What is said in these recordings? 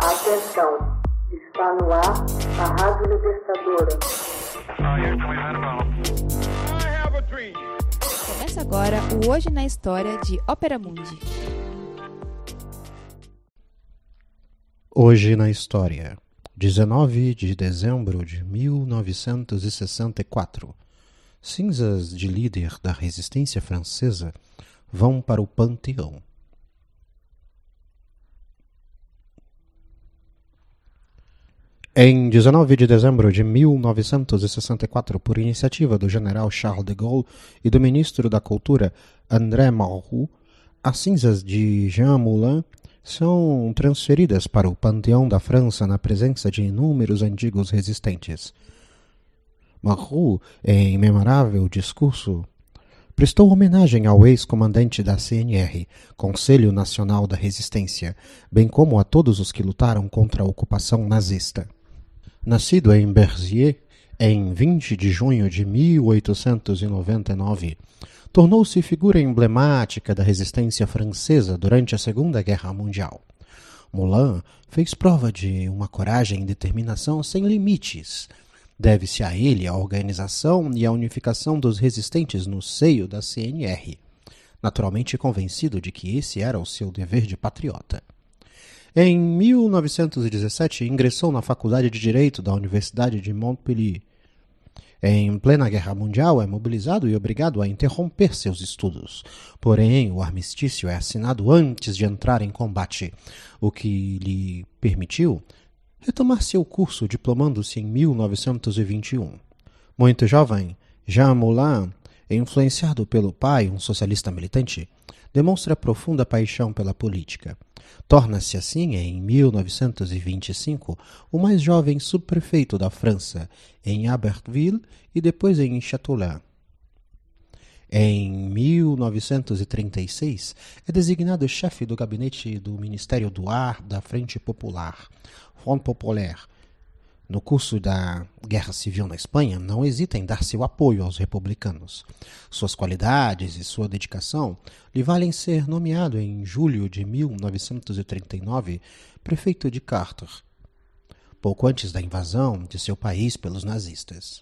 Atenção, está no ar a Rádio Libertadora. Começa agora o Hoje na História de Ópera Mundi. Hoje na História, 19 de dezembro de 1964. Cinzas de líder da resistência francesa vão para o Panteão. Em 19 de dezembro de 1964, por iniciativa do general Charles de Gaulle e do ministro da Cultura André Malraux, as cinzas de Jean Moulin são transferidas para o Panteão da França na presença de inúmeros antigos resistentes. Malraux, em memorável discurso, prestou homenagem ao ex-comandante da CNR, Conselho Nacional da Resistência, bem como a todos os que lutaram contra a ocupação nazista. Nascido em Berziers, em 20 de junho de 1899, tornou-se figura emblemática da resistência francesa durante a Segunda Guerra Mundial. Moulin fez prova de uma coragem e determinação sem limites. Deve-se a ele a organização e a unificação dos resistentes no seio da CNR, naturalmente convencido de que esse era o seu dever de patriota. Em 1917, ingressou na Faculdade de Direito da Universidade de Montpellier. Em plena Guerra Mundial, é mobilizado e obrigado a interromper seus estudos. Porém, o armistício é assinado antes de entrar em combate, o que lhe permitiu retomar seu curso, diplomando-se em 1921. Muito jovem, Jean Moulin, influenciado pelo pai, um socialista militante, demonstra profunda paixão pela política. Torna-se assim, em 1925, o mais jovem subprefeito da França, em Abertville e depois em Châteaulin. Em 1936, é designado chefe do gabinete do Ministério do Ar da Frente Popular, Front Populaire. No curso da Guerra Civil na Espanha, não hesita em dar seu apoio aos republicanos. Suas qualidades e sua dedicação lhe valem ser nomeado em julho de 1939 prefeito de Chartres, pouco antes da invasão de seu país pelos nazistas.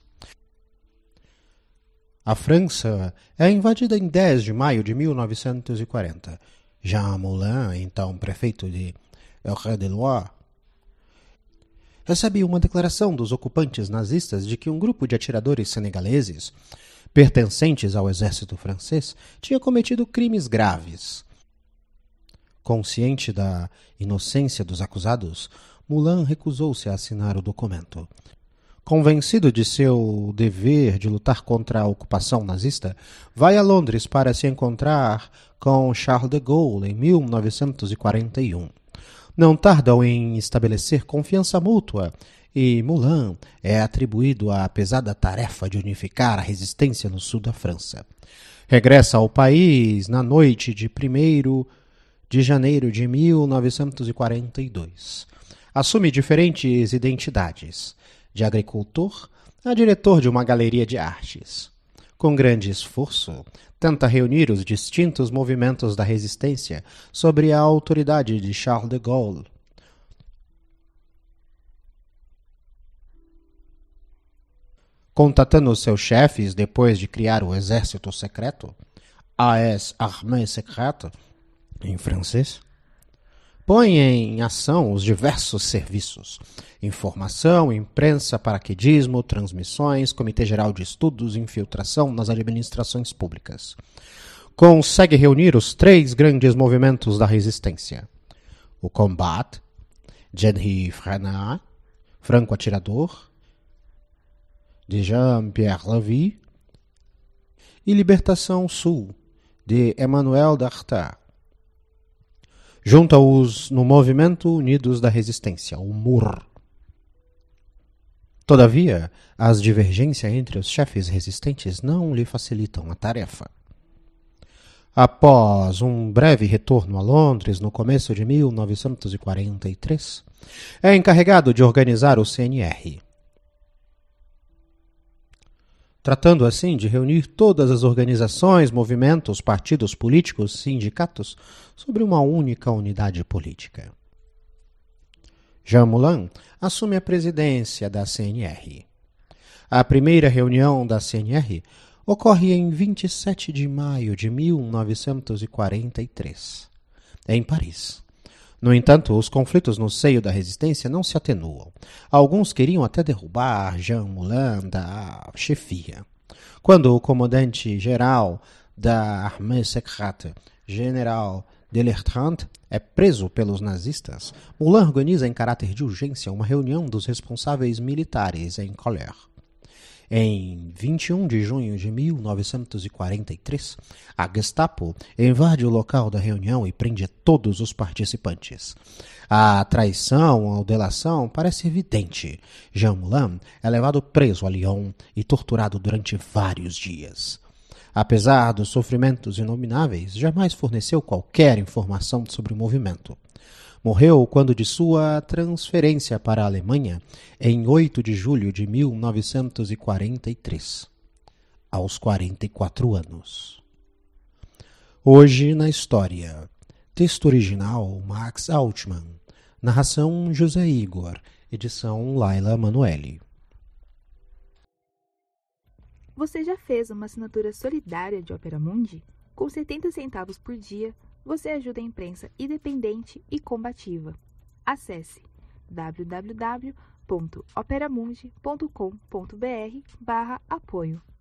A França é invadida em 10 de maio de 1940. Jean Moulin, então prefeito de Eure-de-Loire, recebe uma declaração dos ocupantes nazistas de que um grupo de atiradores senegaleses, pertencentes ao exército francês, tinha cometido crimes graves. Consciente da inocência dos acusados, Moulin recusou-se a assinar o documento. Convencido de seu dever de lutar contra a ocupação nazista, vai a Londres para se encontrar com Charles de Gaulle em 1941. Não tardam em estabelecer confiança mútua e Moulin é atribuído à pesada tarefa de unificar a resistência no sul da França. Regressa ao país na noite de 1º de janeiro de 1942. Assume diferentes identidades, de agricultor a diretor de uma galeria de artes. Com grande esforço, tenta reunir os distintos movimentos da resistência sob a autoridade de Charles de Gaulle. Contatando seus chefes depois de criar o Exército Secreto, AS Armée Secrète, em francês, põe em ação os diversos serviços: informação, imprensa, paraquedismo, transmissões, Comitê Geral de Estudos, infiltração nas administrações públicas. Consegue reunir os 3 grandes movimentos da resistência: o Combat, Genri Frenat, Franco Atirador, de Jean-Pierre Lévy, e Libertação Sul, de Emmanuel Dartat. Junta-os no Movimento Unidos da Resistência, o MUR. Todavia, as divergências entre os chefes resistentes não lhe facilitam a tarefa. Após um breve retorno a Londres no começo de 1943, é encarregado de organizar o CNR. tratando assim de reunir todas as organizações, movimentos, partidos políticos, sindicatos, sobre uma única unidade política. Jean Moulin assume a presidência da CNR. A primeira reunião da CNR ocorre em 27 de maio de 1943, em Paris. No entanto, os conflitos no seio da resistência não se atenuam. Alguns queriam até derrubar Jean Moulin da chefia. Quando o comandante-geral da Armée Secrète, General Delertrand, é preso pelos nazistas, Moulin organiza em caráter de urgência uma reunião dos responsáveis militares em Colère. Em 21 de junho de 1943, a Gestapo invade o local da reunião e prende todos os participantes. A traição ou delação parece evidente. Jean Moulin é levado preso a Lyon e torturado durante vários dias. Apesar dos sofrimentos inomináveis, jamais forneceu qualquer informação sobre o movimento. Morreu quando de sua transferência para a Alemanha em 8 de julho de 1943, aos 44 anos. Hoje na história. Texto original Max Altman. Narração José Igor. Edição Laila Manoeli. Você já fez uma assinatura solidária de Opera Mundi? Com 70 centavos por dia, você ajuda a imprensa independente e combativa. Acesse www.operamundi.com.br/apoio.